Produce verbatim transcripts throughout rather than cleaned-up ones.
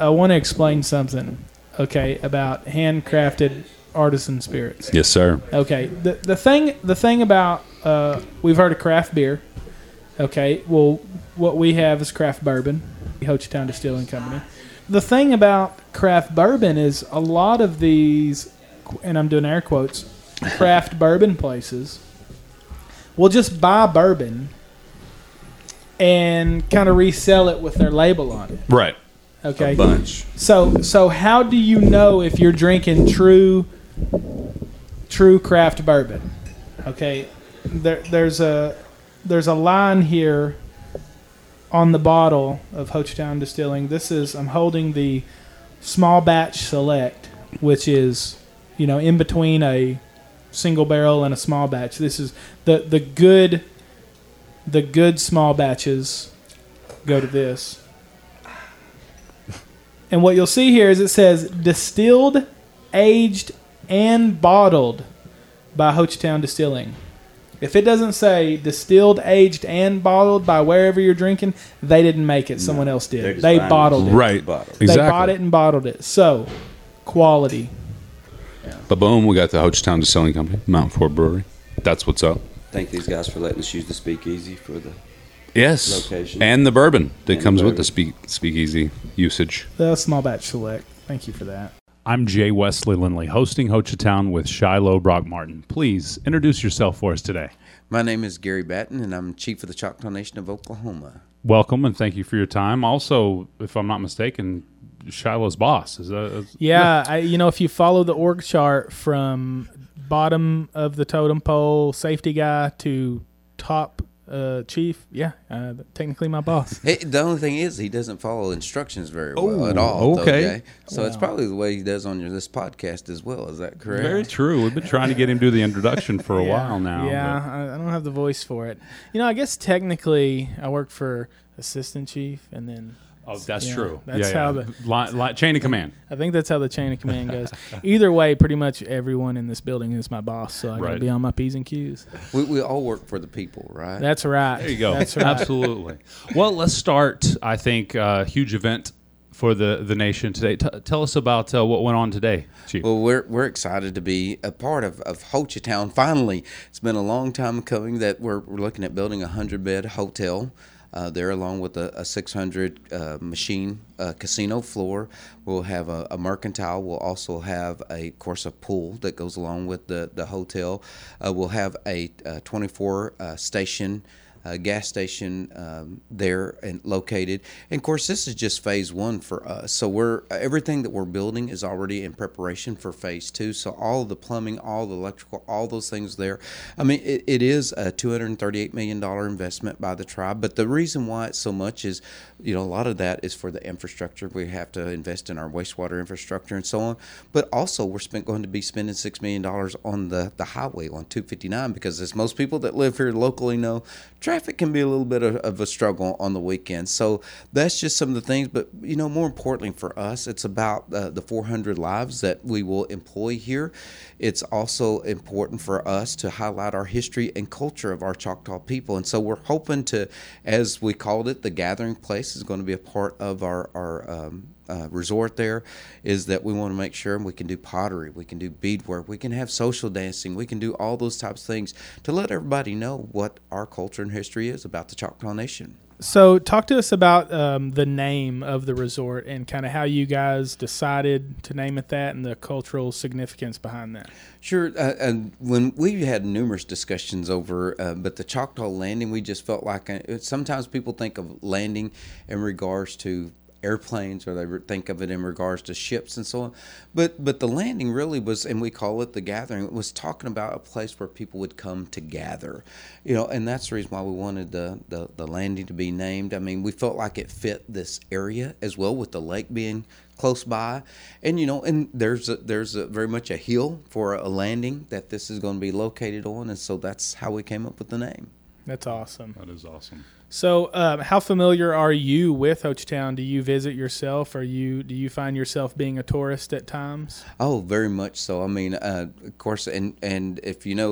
I want to explain something, okay, about handcrafted artisan spirits. Yes, sir. Okay. The the thing the thing about uh, we've heard of craft beer. Okay. Well, what we have is craft bourbon, Ho Chi Town Distilling Company. The thing about craft bourbon is a lot of these, and I'm doing air quotes, craft bourbon places will just buy bourbon and kind of resell it with their label on it. Right. Okay. A bunch. So so how do you know if you're drinking true true craft bourbon? Okay. There there's a there's a line here on the bottle of Ho Chi Town Distilling. This is I'm holding the small batch select, which is, you know, in between a single barrel and a small batch. This is the the good the good small batches go to this. And what you'll see here is it says distilled, aged, and bottled by Ho Chi Town Distilling. If it doesn't say distilled, aged, and bottled by wherever you're drinking, they didn't make it. Someone No, else they're did. just They buying bottled it. it. Right. Bottled. They Exactly. bought it and bottled it. So, quality. But boom, we got the Ho Chi Town Distilling Company, Mountain Ford Brewery. That's what's up. Thank these guys for letting us use the speakeasy for the Yes. Location. And the bourbon that And the comes with bourbon. the speak speakeasy usage. The small batch select. Thank you for that. I'm Jay Wesley Lindley, hosting Ho Chi Town with Shiloh Brock Martin. Please introduce yourself for us today. My name is Gary Batten, and I'm chief of the Choctaw Nation of Oklahoma. Welcome and thank you for your time. Also, if I'm not mistaken, Shiloh's boss. Is that? Is, Yeah, I, you know, if you follow the org chart from bottom of the totem pole, safety guy, to top uh, chief, yeah, uh, technically my boss. Hey, the only thing is, he doesn't follow instructions very well Oh, at all. okay. Though, Jay. So it's Wow. probably the way he does on your, this podcast as well. Is that correct? Very true. We've been trying to get him to do the introduction for a Yeah, while now. Yeah, I, I don't have the voice for it. You know, I guess technically I work for assistant chief, and then but- oh, that's Yeah, true. that's yeah, how yeah. the- Li- li- chain of command. I think that's how the chain of command goes. Either way, pretty much everyone in this building is my boss, so I got to Right. be on my P's and Q's. We, we all work for the people, right? That's right. There you go. That's right. Absolutely. Well, let's start. I think a uh, huge event for the, the nation today. T- tell us about uh, what went on today, Chief. Well, we're we're excited to be a part of, of Ho Chi Town. Finally, it's been a long time coming that we're, we're looking at building a hundred bed hotel uh, there, along with a, a six hundred uh, machine uh, casino floor. We'll have a, a mercantile. We'll also have a of course a pool that goes along with the the hotel. Uh, we'll have a, a twenty-four uh, station. Uh, gas station um, there and located, and of course this is just phase one for us. So we're everything that we're building is already in preparation for phase two. So all the plumbing, all the electrical, all those things there. I mean, it, it is a two hundred thirty-eight million dollars investment by the tribe. But the reason why it's so much is, you know, a lot of that is for the infrastructure. We have to invest in our wastewater infrastructure and so on. But also we're spent, going to be spending six million dollars on the the highway on two fifty-nine, because as most people that live here locally know, traffic can be a little bit of, of a struggle on the weekends. So that's just some of the things. But, you know, more importantly for us, it's about uh, the four hundred lives that we will employ here. It's also important for us to highlight our history and culture of our Choctaw people. And so we're hoping to, as we called it, the gathering place is going to be a part of our, our um, Uh, resort there, is that we want to make sure we can do pottery, we can do beadwork, we can have social dancing, we can do all those types of things to let everybody know what our culture and history is about the Choctaw Nation. So talk to us about um, the name of the resort and kind of how you guys decided to name it that and the cultural significance behind that. Sure. Uh, and when we had numerous discussions over, uh, but the Choctaw Landing, we just felt like uh, sometimes people think of landing in regards to airplanes, or they re- think of it in regards to ships and so on. But but the landing really was, and we call it the gathering, it was talking about a place where people would come to gather. You know, and that's the reason why we wanted the, the, the landing to be named. I mean, we felt like it fit this area as well, with the lake being close by. And, you know, and there's a, there's a, very much a hill for a landing that this is going to be located on. And so that's how we came up with the name. That's awesome. That is awesome. So, um, how familiar are you with Ho Chi Town? Do you visit yourself? Are you do you find yourself being a tourist at times? Oh, very much so. I mean, uh, of course, and, and if you know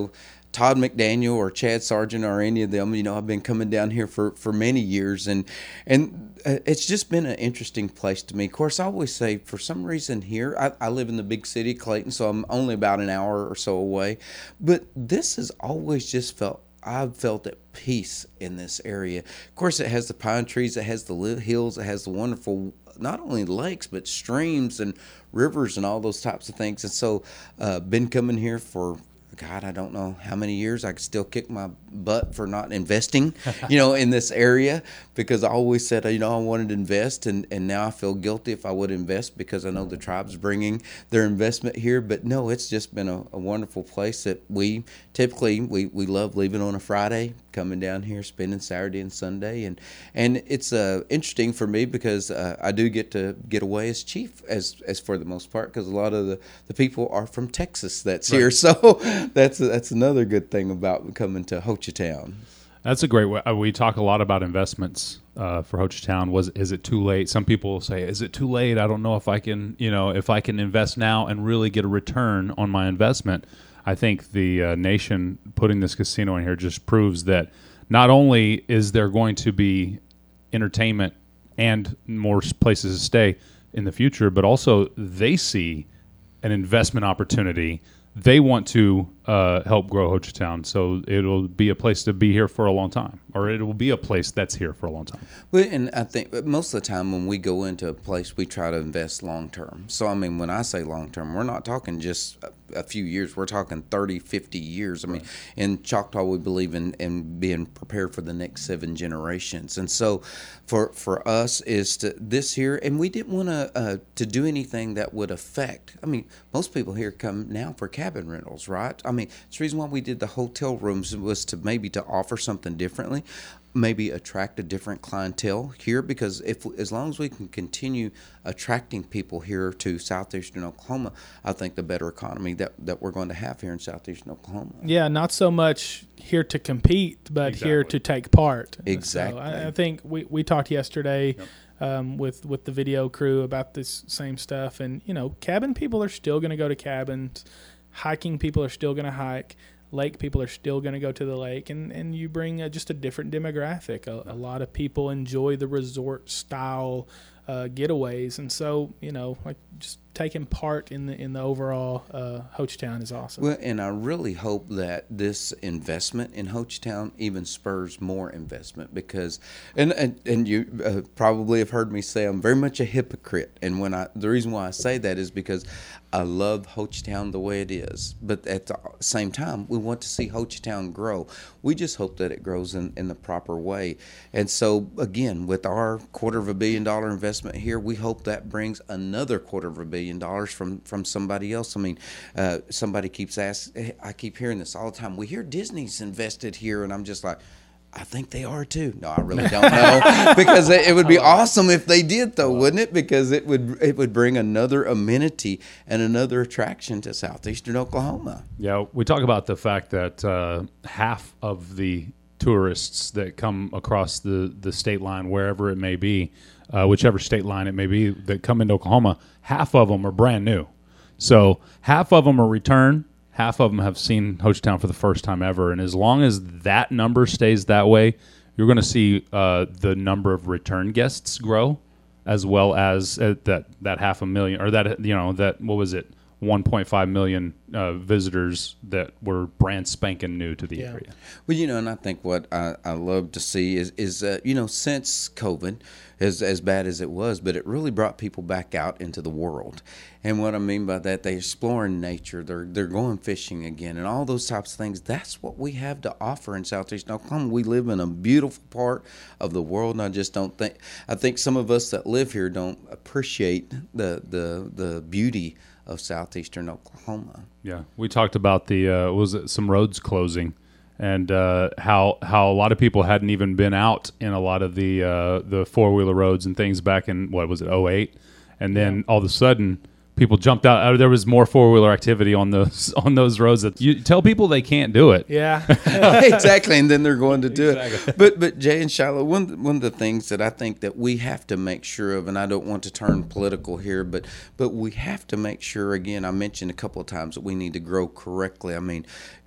Todd McDaniel or Chad Sargent or any of them, you know, I've been coming down here for, for many years, and and uh, it's just been an interesting place to me. Of course, I always say, for some reason here, I, I live in the big city, Clayton, so I'm only about an hour or so away, but this has always just felt, I've felt at peace in this area. Of course, it has the pine trees, it has the li- hills, it has the wonderful, not only lakes, but streams and rivers and all those types of things. And so, uh, been coming here for, God, I don't know how many years. I could still kick my butt for not investing, you know, in this area, because I always said, you know, I wanted to invest, and, and now I feel guilty if I would invest, because I know the tribe's bringing their investment here. But no, it's just been a, a wonderful place that we typically, we, we love leaving on a Friday, coming down here, spending Saturday and Sunday. And, and it's uh, interesting for me, because uh, I do get to get away as chief, as, as for the most part, because a lot of the, the people are from Texas that's right here. So that's, that's another good thing about coming to Ho Chi Town. That's a great way. We talk a lot about investments uh, for Ho Chi Town. Was is it too late? Some people say, "Is it too late? I don't know if I can, you know, if I can invest now and really get a return on my investment." I think the uh, nation putting this casino in here just proves that not only is there going to be entertainment and more places to stay in the future, but also they see an investment opportunity. They want to uh, help grow Ho Chi Town, so it'll be a place to be here for a long time, or it will be a place that's here for a long time. Well, and I think most of the time when we go into a place, we try to invest long term. So, I mean, when I say long term, we're not talking just a, a few years. We're talking thirty, fifty years. I mean, right. In Choctaw, we believe in, in being prepared for the next seven generations. And so for for us is to this here, and we didn't want to uh, to do anything that would affect. I mean, most people here come now for cabin rentals, right? I mean, it's the reason why we did the hotel rooms was to maybe to offer something differently, maybe attract a different clientele here, because if as long as we can continue attracting people here to southeastern Oklahoma, I think the better economy that, that we're going to have here in southeastern Oklahoma. Yeah, not so much here to compete, but exactly. here to take part. Exactly. So I, I think we, we talked yesterday yep. um, with with the video crew about this same stuff, and you know, cabin people are still going to go to cabins. Hiking people are still going to hike. Lake people are still going to go to the lake. And, and you bring a, just a different demographic. A, a lot of people enjoy the resort-style uh, getaways. And so, you know, like just taking part in the in the overall uh, Ho Chi Town is awesome. Well, and I really hope that this investment in Ho Chi Town even spurs more investment, because, and and, and you uh, probably have heard me say I'm very much a hypocrite. And when I the reason why I say that is because I love Ho Chi Town the way it is, but at the same time, we want to see Ho Chi Town grow. We just hope that it grows in, in the proper way. And so, again, with our quarter of a billion dollar investment here, we hope that brings another quarter of a billion dollars from, from somebody else. I mean, uh, somebody keeps asking, I keep hearing this all the time. We hear Disney's invested here, and I'm just like, I think they are too. No, I really don't know, because it would be awesome if they did, though, wouldn't it? Because it would it would bring another amenity and another attraction to southeastern Oklahoma. Yeah, we talk about the fact that uh, half of the tourists that come across the, the state line, wherever it may be, uh, whichever state line it may be, that come into Oklahoma, half of them are brand new. So half of them are return. Half of them have seen Ho Chi Town for the first time ever, and as long as that number stays that way, you're going to see uh, the number of return guests grow, as well as uh, that that half a million, or that you know that what was it, one point five million uh, visitors that were brand spanking new to the yeah. area. Well, you know, and I think what I, I love to see is is uh, you know, since COVID, as as bad as it was, but it really brought people back out into the world. And what I mean by that, they're exploring nature, they're they're going fishing again, and all those types of things. That's what we have to offer in southeastern Oklahoma. We live in a beautiful part of the world, and I just don't think I think some of us that live here don't appreciate the the the beauty of southeastern Oklahoma. Yeah, we talked about the uh, was it some roads closing, and uh, how how a lot of people hadn't even been out in a lot of the uh, the four wheeler roads and things back in what was it oh eight, and then yeah. all of a sudden people jumped out. There was more four wheeler activity on those on those roads. That you tell people they can't do it. Yeah, exactly, and then they're going to do exactly. it. But but Jay and Shiloh, one one of the things that I think that we have to make sure of, and I don't want to turn political here, but but we have to make sure. Again, I mentioned a couple of times that we need to grow correctly. I mean,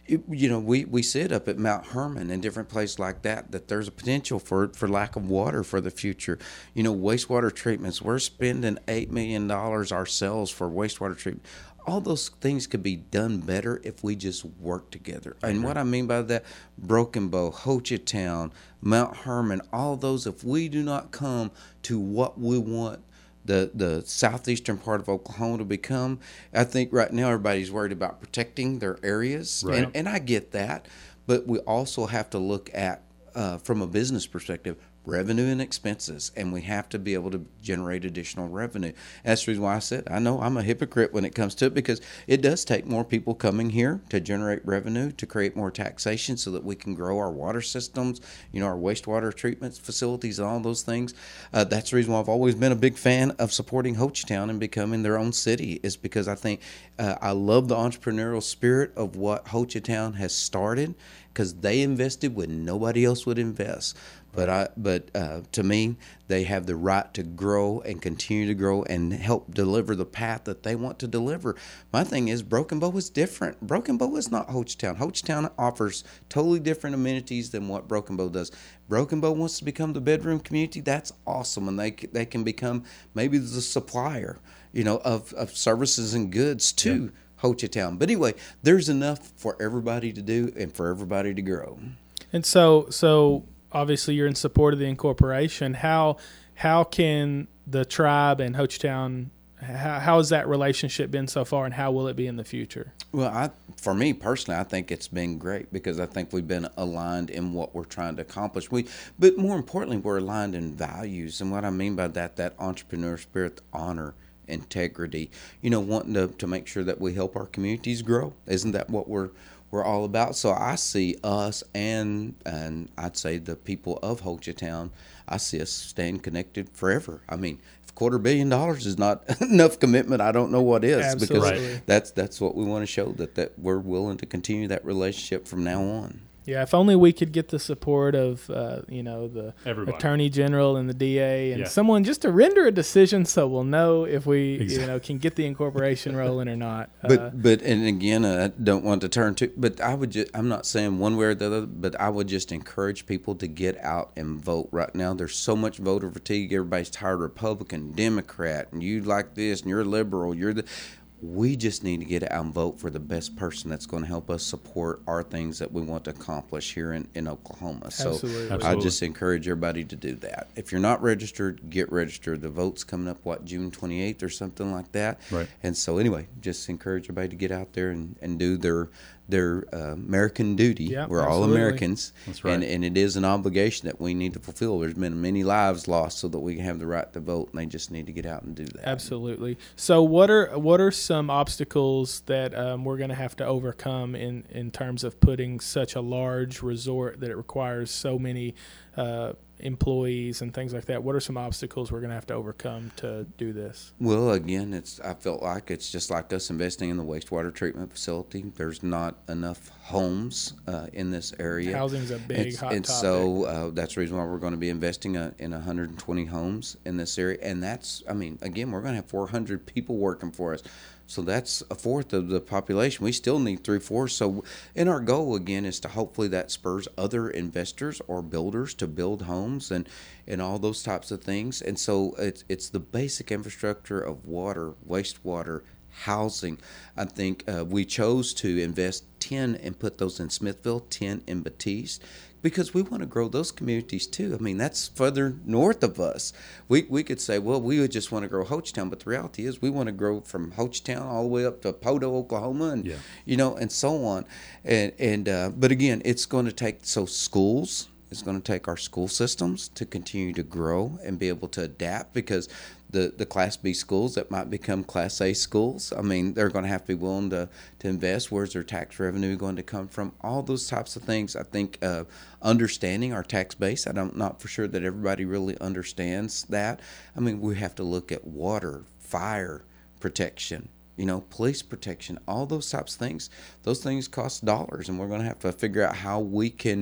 it, you know, we, we sit up at Mount Herman and different places like that, that there's a potential for, for lack of water for the future. You know, wastewater treatments, we're spending eight million dollars ourselves for wastewater treatment. All those things could be done better if we just work together. And what I mean by that, Broken Bow, Hochatown, Mount Herman, all those, if we do not come to what we want the the southeastern part of Oklahoma to become, I think right now everybody's worried about protecting their areas, Right. and, and I get that, but we also have to look at, uh, from a business perspective, revenue and expenses, and we have to be able to generate additional revenue. That's the reason why I said I know I'm a hypocrite when it comes to it, because it does take more people coming here to generate revenue, to create more taxation so that we can grow our water systems, you know, our wastewater treatment facilities and all those things. Uh, that's the reason why I've always been a big fan of supporting Hochatown and becoming their own city, is because I think uh, I love the entrepreneurial spirit of what Hochatown has started, because they invested when nobody else would invest. But I, but uh, to me, they have the right to grow and continue to grow and help deliver the path that they want to deliver. My thing is, Broken Bow is different. Broken Bow is not Hochatown. Hochatown offers totally different amenities than what Broken Bow does. Broken Bow wants to become the bedroom community. That's awesome, and they they can become maybe the supplier, you know, of, of services and goods to yeah. Hochatown. But anyway, there's enough for everybody to do and for everybody to grow. And so, so obviously you're in support of the incorporation. How how can the tribe and Hochatown, how, how has that relationship been so far, and how will it be in the future? Well, I, for me personally, I think it's been great, because I think we've been aligned in what we're trying to accomplish. We, but more importantly, we're aligned in values. And what I mean by that, that entrepreneur spirit, honor, integrity, you know, wanting to, to make sure that we help our communities grow. Isn't that what we're we're all about? So I see us and and I'd say the people of Hochatown, I see us staying connected forever. I mean, if a quarter billion dollars is not enough commitment, I don't know what is. Absolutely. Because Right. that's that's what we want to show, that, that we're willing to continue that relationship from now on. Yeah, if only we could get the support of, uh, you know, the Everybody. Attorney General and the D A and Yeah. someone just to render a decision, so we'll know if we, Exactly. you know, can get the incorporation rolling or not. But Uh, but and again, uh, I don't want to turn to. But I would just. I'm not saying one way or the other. But I would just encourage people to get out and vote right now. There's so much voter fatigue. Everybody's tired of Republican, Democrat, and you like this, and you're liberal. You're the. We just need to get out and vote for the best person that's going to help us support our things that we want to accomplish here in, in Oklahoma. So Absolutely. I Absolutely. just encourage everybody to do that. If you're not registered, get registered. The vote's coming up, what, June twenty-eighth or something like that. Right. And so anyway, just encourage everybody to get out there and, and do their their uh, American duty. Yeah, We're all absolutely. Americans. That's right. And, and it is an obligation that we need to fulfill. There's been many lives lost so that we can have the right to vote, and they just need to get out and do that. Absolutely. So, what are what are some obstacles that um, we're going to have to overcome in, in terms of putting such a large resort that it requires so many uh, employees and things like that? What are some obstacles we're going to have to overcome to do this? Well, again, it's. I felt like it's just like us investing in the wastewater treatment facility. There's not enough homes uh, in this area. Housing's a big and, hot and topic. so uh, that's the reason why we're going to be investing uh in one hundred twenty homes in this area. And that's, I mean, again, we're going to have four hundred people working for us. So that's a fourth of the population. We still need three-fourths. So, and our goal, again, is to hopefully that spurs other investors or builders to build homes and, and all those types of things. And so it's it's the basic infrastructure of water, wastewater, housing. I think uh, we chose to invest ten and put those in Smithville, ten in Batiste, because we want to grow those communities too. I mean, that's further north of us. We we could say, well, we would just want to grow Hochatown, but the reality is we want to grow from Hochatown all the way up to Poto, Oklahoma, and Yeah. you know, and so on. And and uh, but again, it's going to take so schools. It's going to take our school systems to continue to grow and be able to adapt, because the, the Class B schools that might become Class A schools, I mean, they're going to have to be willing to, to invest. Where's their tax revenue going to come from? All those types of things. I think uh, understanding our tax base, I'm not for sure that everybody really understands that. I mean, we have to look at water, fire protection, you know, police protection, all those types of things. Those things cost dollars, and we're going to have to figure out how we can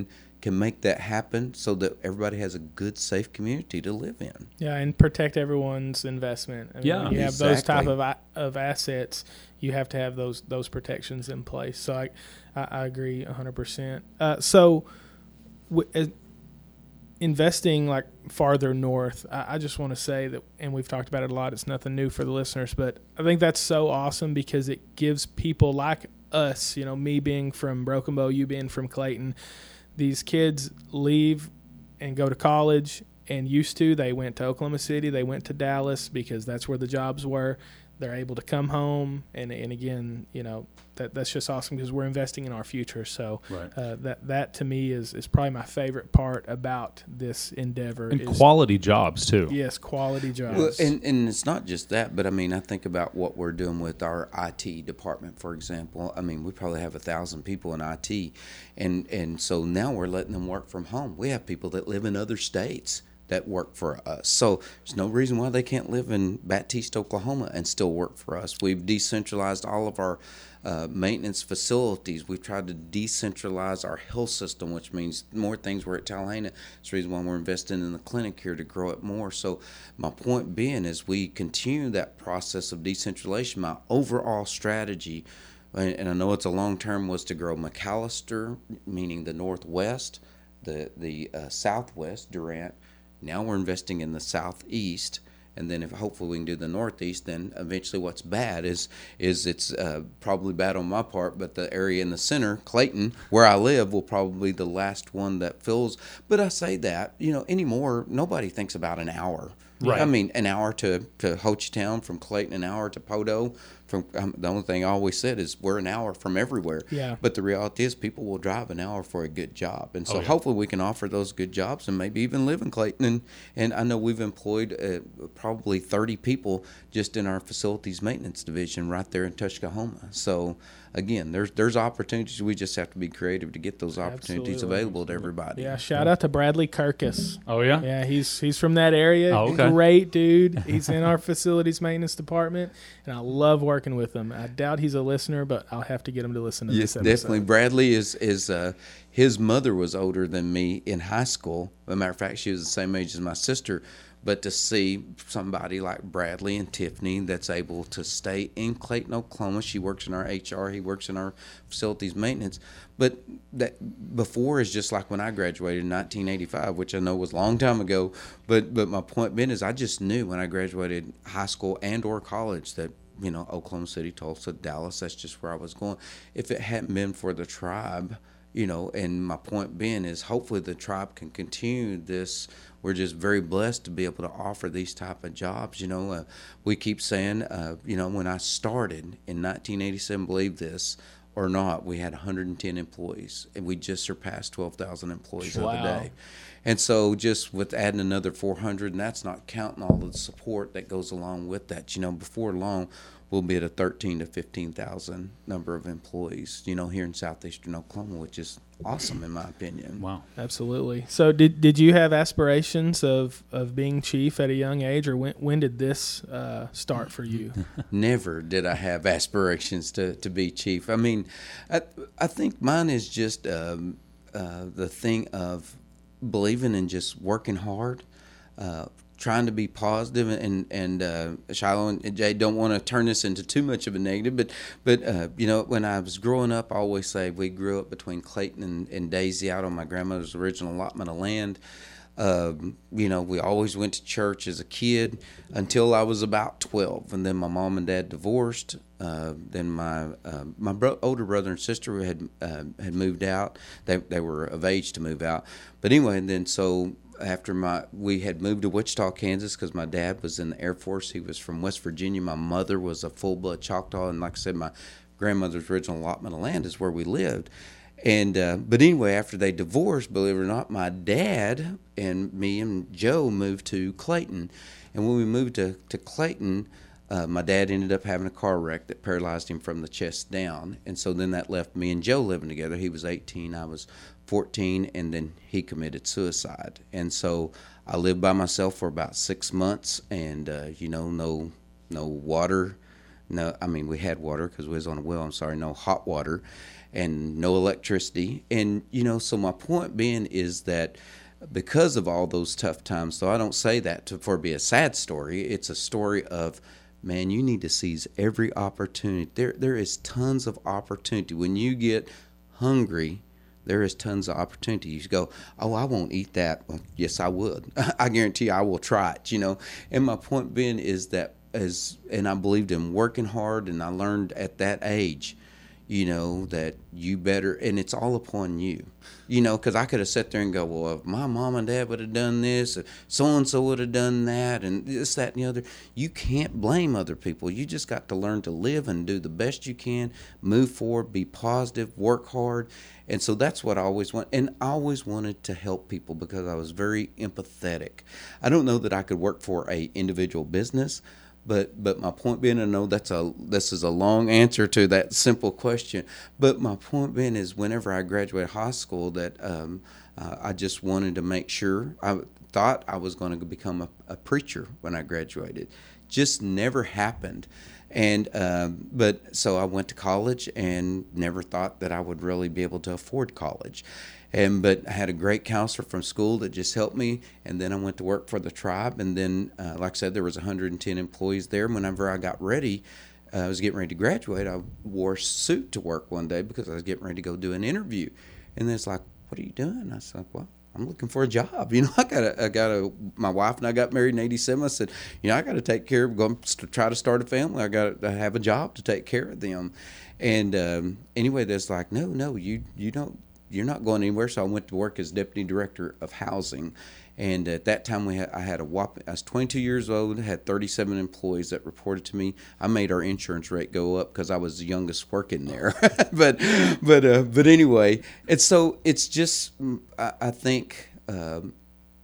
can make that happen so that everybody has a good, safe community to live in. Yeah, and protect everyone's investment. I mean, Yeah. when you have those type Exactly. of a- of assets, you have to have those those protections in place. So I I, I agree one hundred percent. Uh, so w- uh, investing like farther north, I, I just want to say that, and we've talked about it a lot. It's nothing new for the listeners, but I think that's so awesome because it gives people like us, you know, me being from Broken Bow, you being from Clayton, these kids leave and go to college, and used to they went to Oklahoma City, they went to Dallas because that's where the jobs were. They're able to come home, and and again, you know, that that's just awesome because we're investing in our future. So Right. uh, that that to me is is probably my favorite part about this endeavor. And is, quality jobs too. yes, quality jobs. Well, and, and it's not just that, but I mean, I think about what we're doing with our I T department, for example. I mean, we probably have a thousand people in I T, and and so now we're letting them work from home. We have people that live in other states that work for us. So there's no reason why they can't live in Baptiste, Oklahoma and still work for us. We've decentralized all of our uh, maintenance facilities. We've tried to decentralize our health system, which means more things were at Tallahassee. It's the reason why we're investing in the clinic here to grow it more. So my point being is we continue that process of decentralization. My overall strategy, and and I know it's a long term, was to grow McAllister, meaning the Northwest, the, the uh, Southwest, Durant. Now we're investing in the Southeast, and then if hopefully we can do the Northeast, then eventually what's bad is is it's uh, probably bad on my part, but the area in the center, Clayton, where I live, will probably be the last one that fills. But I say that, you know, anymore, nobody thinks about an hour. Right. I mean, an hour to, to Ho Chi Town from Clayton, an hour to Podo. From um, the only thing I always said is we're an hour from everywhere. Yeah. But the reality is people will drive an hour for a good job. And so Oh, yeah. hopefully we can offer those good jobs and maybe even live in Clayton. And, and I know we've employed uh, probably thirty people just in our facilities maintenance division right there in Tuskahoma. So, again, there's there's opportunities. We just have to be creative to get those opportunities Absolutely. available to everybody. Yeah, shout out to Bradley Kirkus. Oh yeah. Yeah, he's he's from that area. Oh, okay. Great dude. He's in our facilities maintenance department, and I love working with him. I doubt he's a listener, but I'll have to get him to listen to Yes, this episode. definitely. Bradley is is uh, his mother was older than me in high school. As a matter of fact, she was the same age as my sister. But to see somebody like Bradley and Tiffany that's able to stay in Clayton, Oklahoma, she works in our H R, he works in our facilities maintenance. But that before is just like when I graduated in nineteen eighty-five, which I know was a long time ago. But but my point being is I just knew when I graduated high school and or college that, you know, Oklahoma City, Tulsa, Dallas, that's just where I was going. If it hadn't been for the tribe, you know, and my point being is hopefully the tribe can continue this. We're just very blessed to be able to offer these type of jobs. You know, uh, we keep saying, uh, you know, when I started in nineteen eighty-seven, believe this or not, we had one hundred ten employees, and we just surpassed twelve thousand employees the Wow. other day. And so just with adding another four hundred, and that's not counting all of the support that goes along with that, you know, before long, we'll be at a thirteen to fifteen thousand number of employees, you know, here in southeastern Oklahoma, which is awesome in my opinion. Wow. Absolutely. So did did you have aspirations of, of being chief at a young age, or when when did this uh, start for you? Never did I have aspirations to, to be chief. I mean, I, I think mine is just um, uh, the thing of believing in just working hard, uh, trying to be positive, and and uh, Shiloh and Jay don't want to turn this into too much of a negative, but but uh, you know, when I was growing up, I always say we grew up between Clayton and, and Daisy out on my grandmother's original allotment of land. Um, you know, we always went to church as a kid until I was about twelve, and then my mom and dad divorced. Uh, then my uh, my bro- older brother and sister had uh, had moved out. They they were of age to move out, but anyway, and then so after my we had moved to Wichita, Kansas, because my dad was in the Air Force. He was from West Virginia. My mother was a full blood Choctaw, and like I said, my grandmother's original allotment of land is where we lived. And uh, but anyway, after they divorced, believe it or not, my dad and me and Joe moved to Clayton. And when we moved to, to Clayton, uh, my dad ended up having a car wreck that paralyzed him from the chest down. And so then that left me and Joe living together. He was eighteen, I was fourteen, and then he committed suicide. And so I lived by myself for about six months, and uh, you know, no no water, no, I mean, we had water because we was on a well, I'm sorry, no hot water and no electricity. And, you know, so my point being is that because of all those tough times, so I don't say that to, for it be a sad story. It's a story of, man, you need to seize every opportunity. There, there is tons of opportunity. When you get hungry, there is tons of opportunity. You go, oh, I won't eat that. Well, yes, I would. I guarantee you I will try it, you know. And my point being is that, as, and I believed in working hard, and I learned at that age, you know, that you better, and it's all upon you, you know, because I could have sat there and go, well, if my mom and dad would have done this, so-and-so would have done that, and this, that, and the other. You can't blame other people. You just got to learn to live and do the best you can, move forward, be positive, work hard. And so that's what I always want. And I always wanted to help people because I was very empathetic. I don't know that I could work for a individual business, But but my point being, I know that's a this is a long answer to that simple question. But my point being is, whenever I graduated high school, that um, uh, I just wanted to make sure. I thought I was going to become a, a preacher when I graduated. Just never happened. And um, but so I went to college and never thought that I would really be able to afford college. And but I had a great counselor from school that just helped me, and then I went to work for the tribe. And then, uh, like I said, there was one hundred ten employees there. Whenever I got ready, uh, I was getting ready to graduate, I wore a suit to work one day because I was getting ready to go do an interview. And then it's like, what are you doing? I was like, well, I'm looking for a job. You know, I got a, I got a, my wife and I got married in eighty-seven. I said, you know, I got to take care of, go to try to start a family. I got to have a job to take care of them. And um, anyway, that's like, no, no, you, you don't, you're not going anywhere. So I went to work as deputy director of housing. And at that time, we had, I had a whopping, I was twenty-two years old, had thirty-seven employees that reported to me. I made our insurance rate go up because I was the youngest working there. but, but, uh, but anyway, it's so it's just, I, I think um,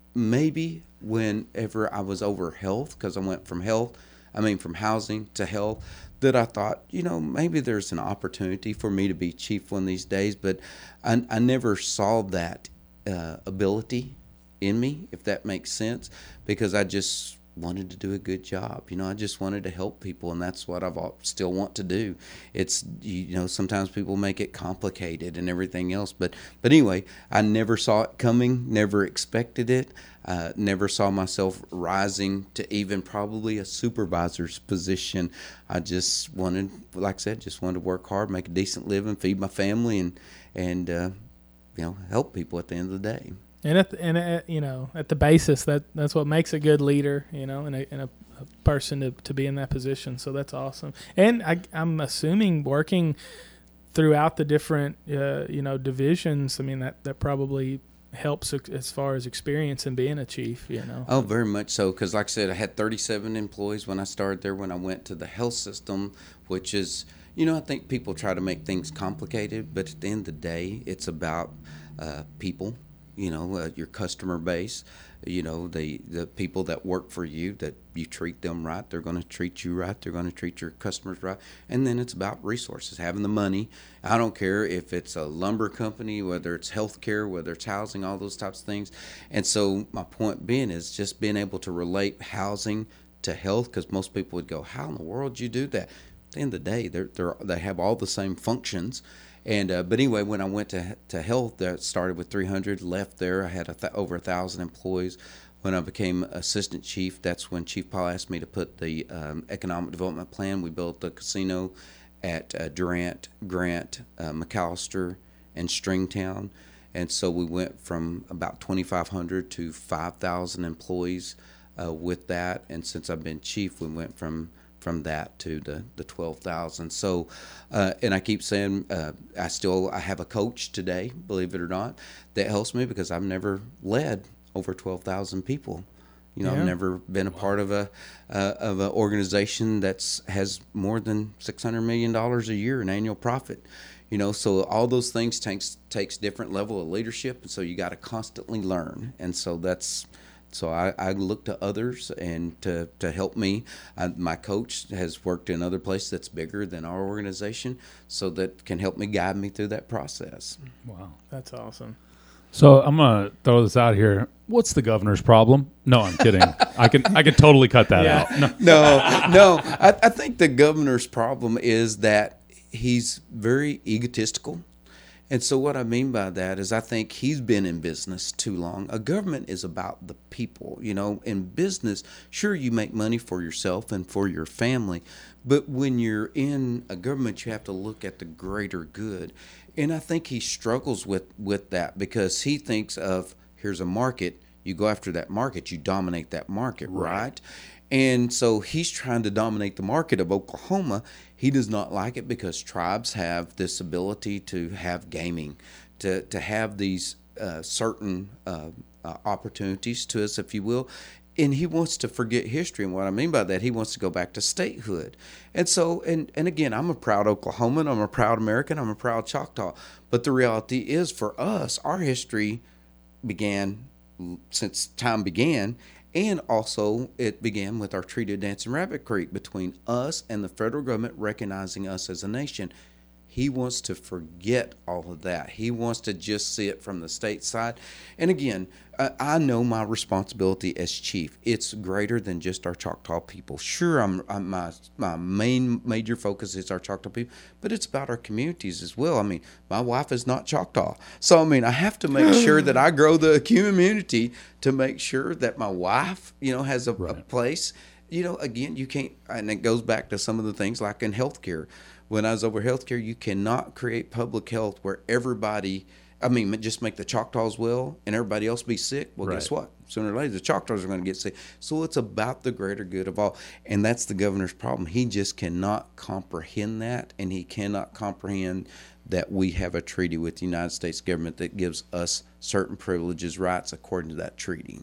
maybe whenever I was over health, because I went from health, I mean, from housing to health, that I thought, you know, maybe there's an opportunity for me to be chief one of these days. But I, I never saw that uh, ability in me, if that makes sense, because I just wanted to do a good job. You know, I just wanted to help people, and that's what I've still want to do. It's, you know, sometimes people make it complicated and everything else, but but anyway, I never saw it coming, never expected it, uh, never saw myself rising to even probably a supervisor's position. I just wanted, like I said, just wanted to work hard, make a decent living, feed my family, and and uh, you know, help people at the end of the day. And at the, and at, you know, at the basis, that that's what makes a good leader, you know, and a, and a, a person to, to be in that position. So that's awesome. And I, I'm assuming working throughout the different, uh, you know, divisions, I mean, that, that probably helps as far as experience and being a chief, you know. Oh, very much so, because like I said, I had thirty-seven employees when I started there. When I went to the health system, which is, you know, I think people try to make things complicated, but at the end of the day, it's about uh, people. You know, uh, your customer base, you know, the, the people that work for you, that you treat them right. They're going to treat you right. They're going to treat your customers right. And then it's about resources, having the money. I don't care if it's a lumber company, whether it's healthcare, whether it's housing, all those types of things. And so my point being is just being able to relate housing to health, because most people would go, how in the world do you do that? At the end of the day, they're, they're, they have all the same functions. And uh, but anyway, when I went to to health, that started with three hundred. Left there, I had a th- over a thousand employees. When I became assistant chief, that's when Chief Paul asked me to put the um, economic development plan. We built the casino at uh, Durant, Grant, uh, McAllister, and Stringtown, and so we went from about twenty-five hundred to five thousand employees uh, with that. And since I've been chief, we went from from that to the, the twelve thousand. So, uh, and I keep saying, uh, I still, I have a coach today, believe it or not, that helps me because I've never led over twelve thousand people. You know, Yeah. I've never been a part of a, uh, of an organization that's has more than six hundred million dollars a year in annual profit. You know, so all those things takes, takes different level of leadership. And so you got to constantly learn. And so that's, So I, I look to others and to, to help me. I, my coach has worked in other places that's bigger than our organization, so that can help me guide me through that process. Wow. That's awesome. So I'm gonna throw this out here. What's the governor's problem? No, I'm kidding. I can I can totally cut that Yeah. out. No. No, no. I, I think the governor's problem is that he's very egotistical. And so what I mean by that is I think he's been in business too long. A government is about the people. You know, in business, sure, you make money for yourself and for your family. But when you're in a government, you have to look at the greater good. And I think he struggles with, with that because he thinks of, here's a market, you go after that market, you dominate that market, right? right? And so he's trying to dominate the market of Oklahoma. He does not like it because tribes have this ability to have gaming, to, to have these uh, certain uh, uh, opportunities to us, if you will. And he wants to forget history. And what I mean by that, he wants to go back to statehood. And so, and, and again, I'm a proud Oklahoman. I'm a proud American. I'm a proud Choctaw. But the reality is for us, our history began since time began. And also, it began with our Treaty of Dancing Rabbit Creek between us and the federal government recognizing us as a nation. He wants to forget all of that. He wants to just see it from the state side. And again, uh, I know my responsibility as chief. It's greater than just our Choctaw people. Sure, I'm, I'm my my main major focus is our Choctaw people, but it's about our communities as well. I mean, my wife is not Choctaw, so I mean, I have to make sure that I grow the community to make sure that my wife, you know, has a, right. a place. You know, again, you can't, and it goes back to some of the things like in healthcare. When I was over healthcare, you cannot create public health where everybody, I mean, just make the Choctaws well and everybody else be sick. Well, right. guess what? Sooner or later, the Choctaws are going to get sick. So it's about the greater good of all. And that's the governor's problem. He just cannot comprehend that, and he cannot comprehend that we have a treaty with the United States government that gives us certain privileges, rights according to that treaty.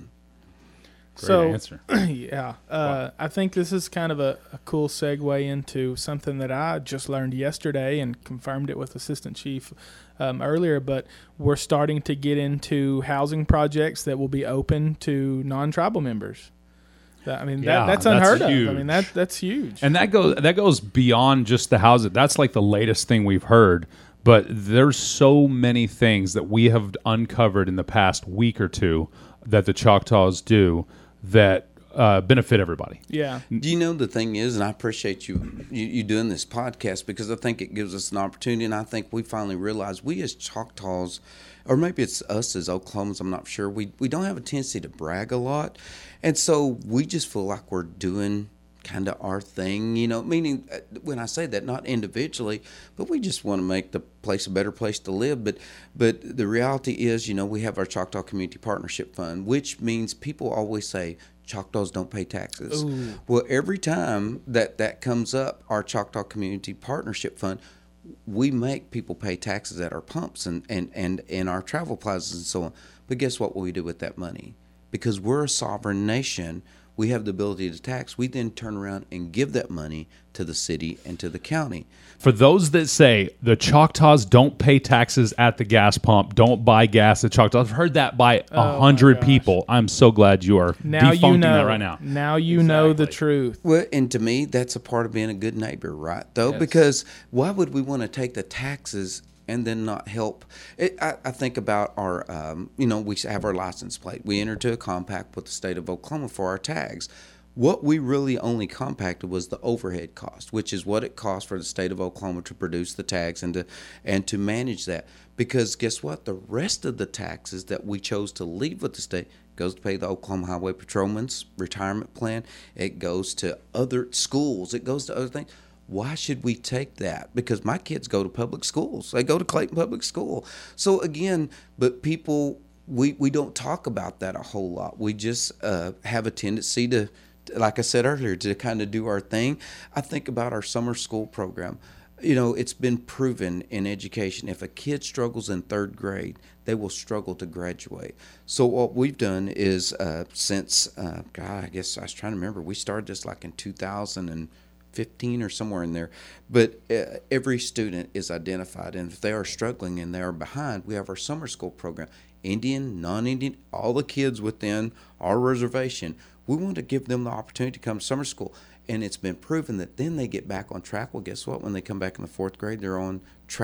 Great so, answer. yeah, uh, wow. I think this is kind of a, a cool segue into something that I just learned yesterday and confirmed it with Assistant Chief um, earlier, but we're starting to get into housing projects that will be open to non-tribal members. That, I mean, yeah, that, that's unheard that's of. I mean, that that's huge. And that goes that goes beyond just the housing. That's like the latest thing we've heard. But there's so many things that we have uncovered in the past week or two that the Choctaws do that uh, benefit everybody. Yeah. Do you know the thing is, and I appreciate you, you you doing this podcast because I think it gives us an opportunity, and I think we finally realize we as Choctaws, or maybe it's us as Oklahomans, I'm not sure, we, we don't have a tendency to brag a lot. And so we just feel like we're doing kind of our thing, you know, meaning uh, when I say that, not individually, but we just want to make the place a better place to live. But but the reality is, you know, we have our Choctaw Community Partnership Fund, which means people always say Choctaws don't pay taxes. Ooh. Well, every time that that comes up, our Choctaw Community Partnership Fund, we make people pay taxes at our pumps and, and, and, and our travel plazas and so on. But guess what we do with that money? Because we're a sovereign nation, we have the ability to tax. We then turn around and give that money to the city and to the county. For those that say the Choctaws don't pay taxes at the gas pump, don't buy gas at Choctaws, I've heard that by a Oh, hundred my people. I'm so glad you are Now defunking you know. that right now. Now you know the truth. Well, and to me, that's a part of being a good neighbor, right? Though, Yes. because why would we want to take the taxes and then not help? It, I, I think about our, um, you know, we have our license plate. We entered into a compact with the state of Oklahoma for our tags. What we really only compacted was the overhead cost, which is what it costs for the state of Oklahoma to produce the tags and to and to manage that. Because guess what? The rest of the taxes that we chose to leave with the state goes to pay the Oklahoma Highway Patrolman's retirement plan. It goes to other schools. It goes to other things. Why should we take that? Because my kids go to public schools. They go to Clayton Public School. So again, but people, we, we don't talk about that a whole lot. We just uh, have a tendency to, like I said earlier, to kind of do our thing. I think about our summer school program. You know, it's been proven in education, if a kid struggles in third grade, they will struggle to graduate. So what we've done is uh, since, uh, God, I guess I was trying to remember, we started this like in two thousand fifteen or somewhere in there. But uh, every student is identified, and if they are struggling and they are behind, we have our summer school program. Indian, non-Indian, all the kids within our reservation, we want to give them the opportunity to come to summer school. And it's been proven that then they get back on track. Well, guess what? When they come back in the fourth grade, they're on track.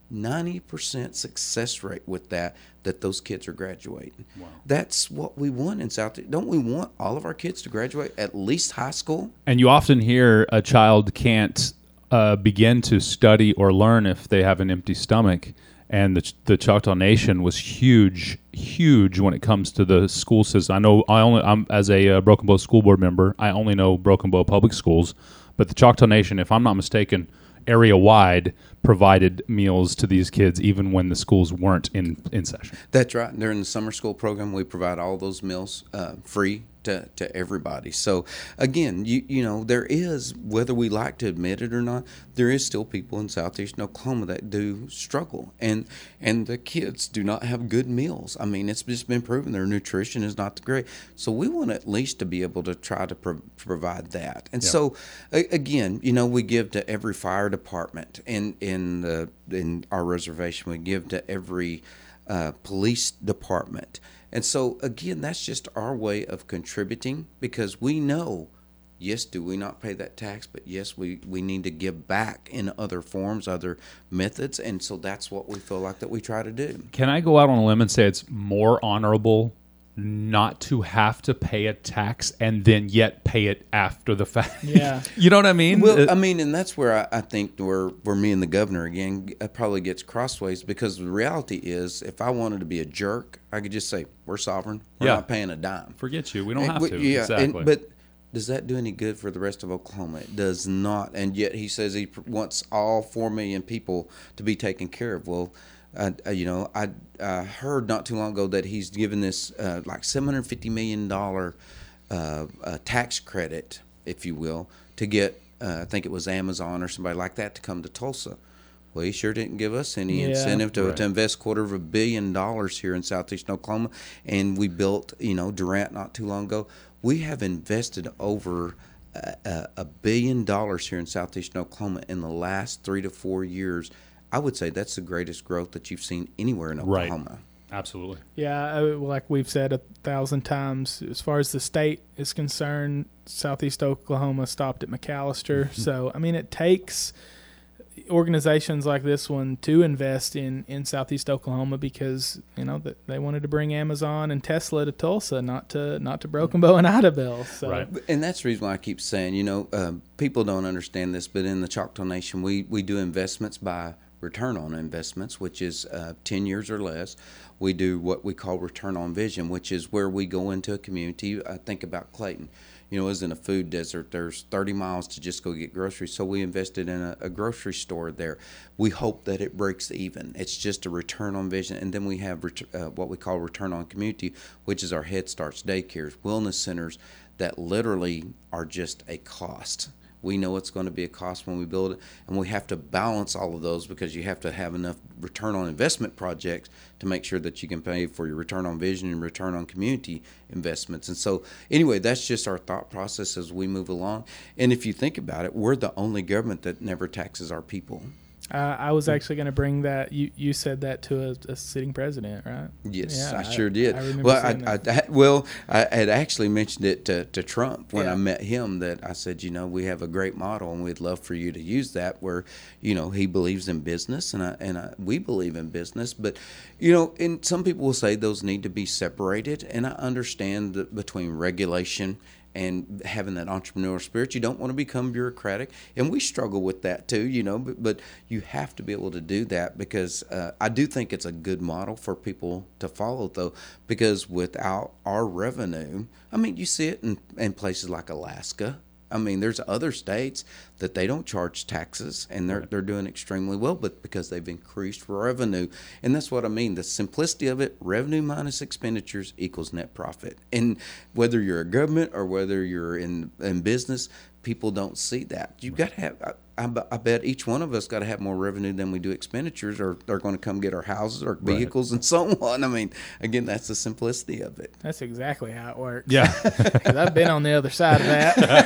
ninety percent success rate with that, that those kids are graduating. Wow. That's what we want in South. Don't we want all of our kids to graduate at least high school? And you often hear a child can't uh, begin to study or learn if they have an empty stomach. And the the Choctaw Nation was huge, huge when it comes to the school system. I know I only I'm as a uh, Broken Bow school board member, I only know Broken Bow public schools, but the Choctaw Nation, if I'm not mistaken, area wide provided meals to these kids even when the schools weren't in, in session. That's right. During the summer school program, we provide all those meals uh, free to, to everybody. So again, you you know, there is, whether we like to admit it or not, there is still people in southeastern Oklahoma that do struggle, and and the kids do not have good meals. I mean, it's just been proven their nutrition is not great. So we want at least to be able to try to pro- provide that. And yeah. so a- again, you know, we give to every fire department in in the in our reservation. We give to every uh, police department. And so, again, that's just our way of contributing, because we know, yes, do we not pay that tax, but yes, we, we need to give back in other forms, other methods, and so that's what we feel like that we try to do. Can I go out on a limb and say it's more honorable not to have to pay a tax and then yet pay it after the fact? Yeah. You know what I mean? Well, I mean, and that's where I, I think where, where me and the governor, again, probably gets crossways, because the reality is, if I wanted to be a jerk, I could just say, we're sovereign. We're yeah. not paying a dime. Forget you. We don't and, have to. Yeah, exactly. And, but does that do any good for the rest of Oklahoma? It does not. And yet he says he wants all four million people to be taken care of. Well, Uh, you know, I uh, heard not too long ago that he's given this uh, like seven hundred fifty million dollars uh, uh, tax credit, if you will, to get, uh, I think it was Amazon or somebody like that to come to Tulsa. Well, he sure didn't give us any Yeah. incentive to, Right. to invest quarter of a billion dollars here in southeastern Oklahoma. And we built, you know, Durant not too long ago. We have invested over a, a billion dollars here in southeastern Oklahoma in the last three to four years. I would say that's the greatest growth that you've seen anywhere in Oklahoma. Right. Absolutely. Yeah, uh, like we've said a thousand times, as far as the state is concerned, Southeast Oklahoma stopped at McAllister. So, I mean, it takes organizations like this one to invest in, in Southeast Oklahoma, because, you know, that they wanted to bring Amazon and Tesla to Tulsa, not to not to Broken Bow and Idabel. So. Right. And that's the reason why I keep saying, you know, uh, people don't understand this, but in the Choctaw Nation, we, we do investments by return on investments, which is uh, ten years or less. We do what we call return on vision, which is where we go into a community. I think about Clayton. You know, as in a food desert, there's thirty miles to just go get groceries. So we invested in a, a grocery store there. We hope that it breaks even. It's just a return on vision. And then we have ret- uh, what we call return on community, which is our Head Starts, daycares, wellness centers that literally are just a cost. We know it's going to be a cost when we build it, and we have to balance all of those, because you have to have enough return on investment projects to make sure that you can pay for your return on vision and return on community investments. And so anyway, that's just our thought process as we move along. And if you think about it, we're the only government that never taxes our people. Uh, I was actually going to bring that. You you said that to a, a sitting president, right? Yes, Yeah, I sure did. I remember well, I, seeing I, that. I well, I had actually mentioned it to, to Trump when Yeah. I met him, that I said, you know, we have a great model and we'd love for you to use that, where, you know, he believes in business and I, and I, we believe in business. But, you know, and some people will say those need to be separated. And I understand that between regulation and having that entrepreneurial spirit, you don't want to become bureaucratic, and we struggle with that too, you know. But, but you have to be able to do that, because uh, I do think it's a good model for people to follow, though, because without our revenue, I mean, you see it in, in places like Alaska. I mean, there's other states that they don't charge taxes, and they're they're doing extremely well, but because they've increased revenue. And that's what I mean. The simplicity of it: revenue minus expenditures equals net profit. And whether you're a government or whether you're in in business, people don't see that. You've got to have. I, I, I bet each one of us got to have more revenue than we do expenditures, or they're going to come get our houses, our vehicles, right. and so on. I mean, again, that's the simplicity of it. That's exactly how it works. Yeah. 'Cause I've been on the other side of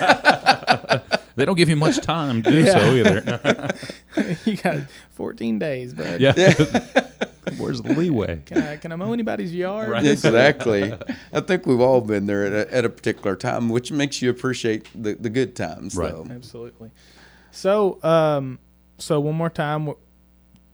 that. They don't give you much time to do Yeah. so either. You got fourteen days, bud. Yeah. Where's the leeway? Can I, can I mow anybody's yard? Right. Exactly. I think we've all been there at a, at a particular time, which makes you appreciate the, the good times, Right. though. Absolutely. So, um, so one more time,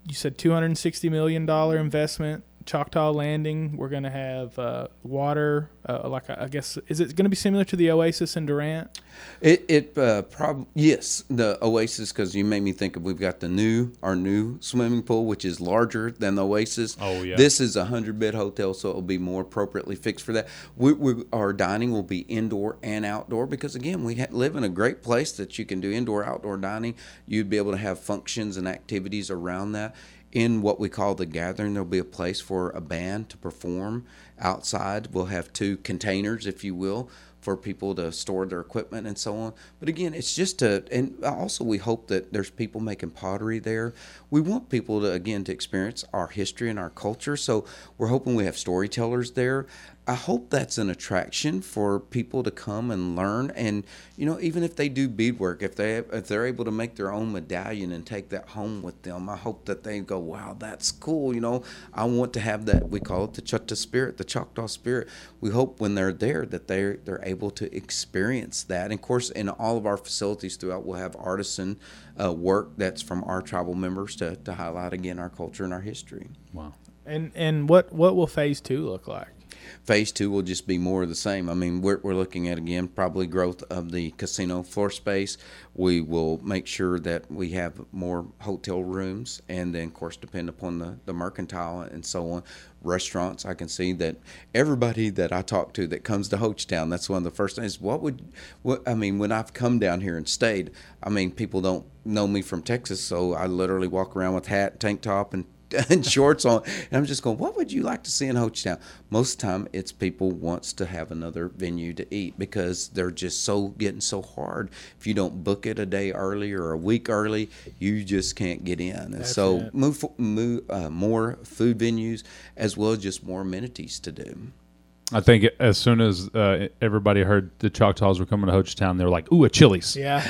you said two hundred sixty million dollars investment. Choctaw Landing, we're going to have uh, water, uh, like I guess, is it going to be similar to the Oasis in Durant? It it uh, probably yes, the Oasis, because you made me think of we've got the new our new swimming pool, which is larger than the Oasis. Oh yeah. This is a hundred bed hotel, so it will be more appropriately fixed for that. We, we our dining will be indoor and outdoor because again we ha- live in a great place that you can do indoor outdoor dining. You'd be able to have functions and activities around that. In what we call the gathering, there'll be a place for a band to perform outside. We'll have two containers, if you will, for people to store their equipment and so on. But again, it's just to, and also we hope that there's people making pottery there. We want people to, again, to experience our history and our culture. So we're hoping we have storytellers there. I hope that's an attraction for people to come and learn. And, you know, even if they do beadwork, if, they, if they're able to make their own medallion and take that home with them, I hope that they go, wow, that's cool. You know, I want to have that, we call it the Choctaw spirit, the Choctaw spirit. We hope when they're there that they're, they're able to experience that. And, of course, in all of our facilities throughout, we'll have artisan uh, work that's from our tribal members to, to highlight, again, our culture and our history. Wow. And and what, what will phase two look like? Phase two will just be more of the same. I mean, we're, we're looking at, again, probably growth of the casino floor space. We will make sure that we have more hotel rooms and then, of course, depend upon the, the mercantile and so on. Restaurants, I can see that everybody that I talk to that comes to Hochtown, that's one of the first things. What would, what I mean, when I've come down here and stayed, I mean, people don't know me from Texas, so I literally walk around with hat, tank top, and and shorts on, and I'm just going, what would you like to see in Hochtown? Most of the time, it's people wants to have another venue to eat because they're just so getting so hard. If you don't book it a day early or a week early, you just can't get in. And That's so it. move, move uh, more food venues as well as just more amenities to do. I think as soon as uh, everybody heard the Choctaws were coming to Hochtown, they were like, ooh, a Chili's. Yeah.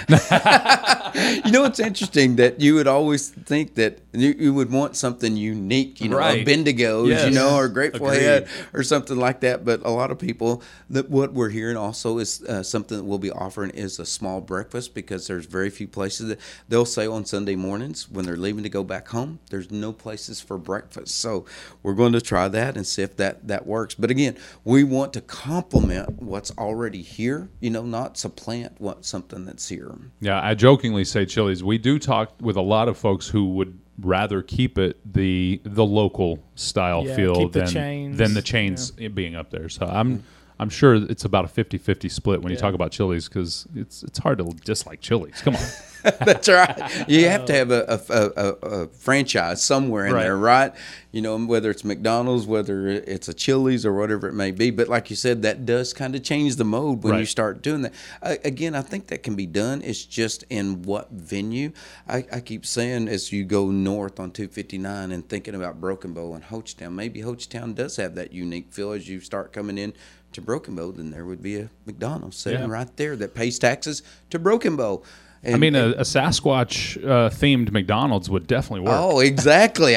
You know, it's interesting that you would always think that you, you would want something unique, you know, Right. a Bendigo's, Yes. you know, or Grateful Agreed. Head or something like that. But a lot of people, that what we're hearing also is uh, something that we'll be offering is a small breakfast because there's very few places that they'll say on Sunday mornings when they're leaving to go back home, there's no places for breakfast. So we're going to try that and see if that, that works. But again, we want to complement what's already here, you know, not supplant what something that's here. Yeah, I jokingly say Chili's. We do talk with a lot of folks who would rather keep it the the local style Yeah, feel keep the than chains. than the chains being up there. So I'm I'm sure it's about a fifty-fifty split when you Yeah. talk about Chili's because it's it's hard to dislike Chili's. Come on. That's right. You have to have a, a, a, a franchise somewhere in Right. there, right? You know, whether it's McDonald's, whether it's a Chili's or whatever it may be. But like you said, that does kind of change the mode when you Right. start doing that. Uh, again, I think that can be done. It's just in what venue. I, I keep saying as you go north on two fifty-nine and thinking about Broken Bow and Hochtown, maybe Hochtown does have that unique feel as you start coming in to Broken Bow. Then there would be a McDonald's sitting Yeah. right there that pays taxes to Broken Bow. And, I mean, a, and- a Sasquatch uh, themed McDonald's would definitely work. Oh, exactly.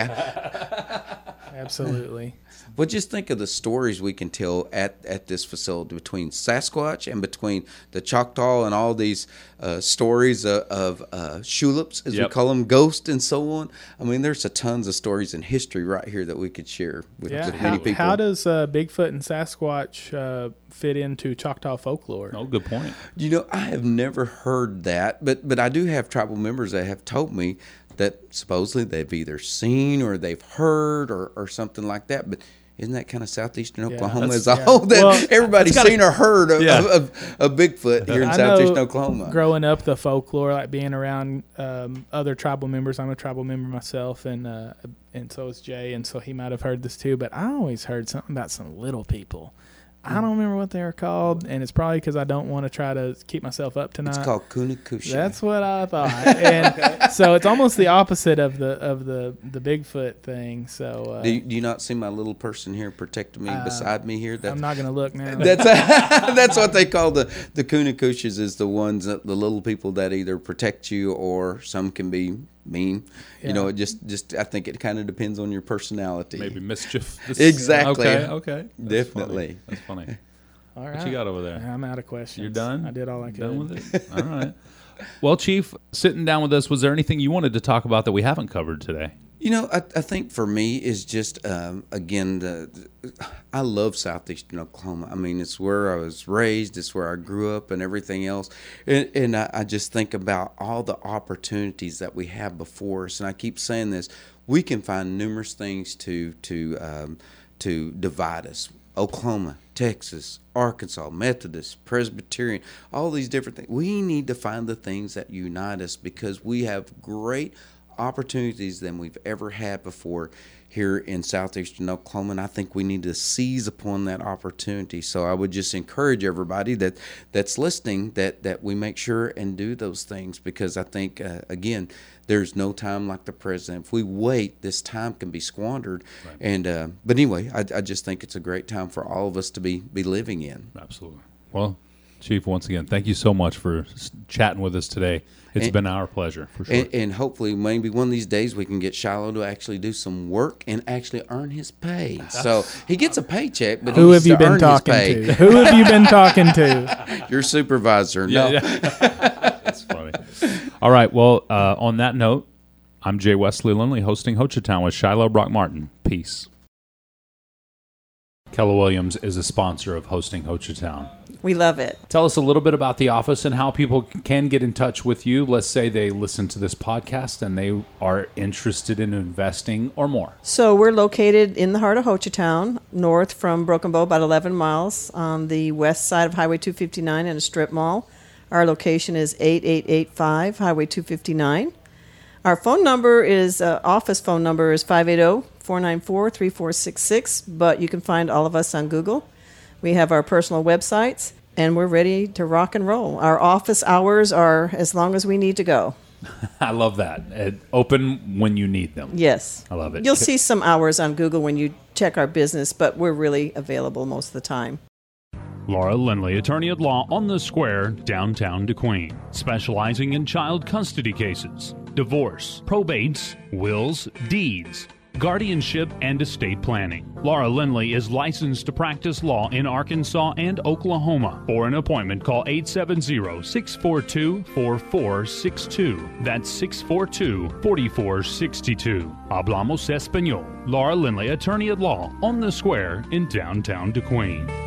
Absolutely. Well, just think of the stories we can tell at, at this facility between Sasquatch and between the Choctaw and all these uh, stories of, of uh, shulips, as we Yep. call them, ghosts and so on. I mean, there's a tons of stories in history right here that we could share with, Yeah. with How, many people. how does uh, Bigfoot and Sasquatch uh, fit into Choctaw folklore? Oh, good point. You know, I have never heard that, but but I do have tribal members that have told me that supposedly they've either seen or they've heard or, or something like that. But isn't that kind of southeastern Yeah, Oklahoma that's- as a yeah. whole? That Well, everybody's gotta- seen or heard of, Yeah. of, of, of Bigfoot here in I southeastern know Oklahoma. Growing up, the folklore, like being around um, other tribal members. I'm a tribal member myself, and uh, and so is Jay, and so he might have heard this too. But I always heard something about some little people. I don't remember what they were called, and it's probably because I don't want to try to keep myself up tonight. It's called Kunakusha. That's what I thought, and so it's almost the opposite of the of the the Bigfoot thing. So uh, do, you, do you not see my little person here protecting me beside me here? That's I'm not going to look now. That's that's what they call the the Kunakushas, is the ones that the little people that either protect you or some can be mean. Yeah. You know, it just just I think it kind of depends on your personality. Maybe mischief. Exactly. Okay, okay. That's Definitely. funny. That's funny. All right. What you got over there? I'm out of questions. You're done? I did all I could. Done with it? All right. Well, Chief, sitting down with us, was there anything you wanted to talk about that we haven't covered today? You know, I, I think for me is just um, again the, the I love southeastern Oklahoma. I mean, it's where I was raised, it's where I grew up, and everything else. And, and I, I just think about all the opportunities that we have before us. And I keep saying this: we can find numerous things to to um, to divide us. Oklahoma, Texas, Arkansas, Methodist, Presbyterian, all these different things. We need to find the things that unite us because we have great opportunities than we've ever had before here in southeastern Oklahoma, and I think we need to seize upon that opportunity. So I would just encourage everybody that that's listening that that we make sure and do those things, because I think uh, again, there's no time like the present. If we wait, this time can be squandered. Right. And uh, but anyway, I, I just think it's a great time for all of us to be be living in. Absolutely. Well, Chief, once again, thank you so much for chatting with us today. It's and, been our pleasure, for sure. And, and hopefully, maybe one of these days, we can get Shiloh to actually do some work and actually earn his pay. So he gets a paycheck, but who he have you been talking to? Who have you been talking to? Your supervisor. No. Yeah, yeah. That's funny. All right. Well, uh, on that note, I'm Jay Wesley Lindley, hosting Hochatown with Shiloh Brock Martin. Peace. Keller Williams is a sponsor of hosting Hochatown. We love it. Tell us a little bit about the office and how people can get in touch with you. Let's say they listen to this podcast and they are interested in investing or more. So we're located in the heart of Hochatown, north from Broken Bow, about eleven miles on the west side of Highway two fifty-nine in a strip mall. Our location is eighty-eight eighty-five Highway two fifty-nine. Our phone number is, uh, office phone number is five eight zero, four nine four, three four six six, but you can find all of us on Google. We have our personal websites, and we're ready to rock and roll. Our office hours are as long as we need to go. I love that. Uh, open when you need them. Yes. I love it. You'll see some hours on Google when you check our business, but we're really available most of the time. Laura Lindley, attorney at law on the Square, downtown DeQueen, specializing in child custody cases, divorce, probates, wills, deeds, guardianship, and estate planning. Laura Lindley is licensed to practice law in Arkansas and Oklahoma. For an appointment, call eight seven zero, six four two, four four six two. That's six four two, four four six two. Hablamos Español. Laura Lindley, attorney at law on the Square in downtown DeQueen.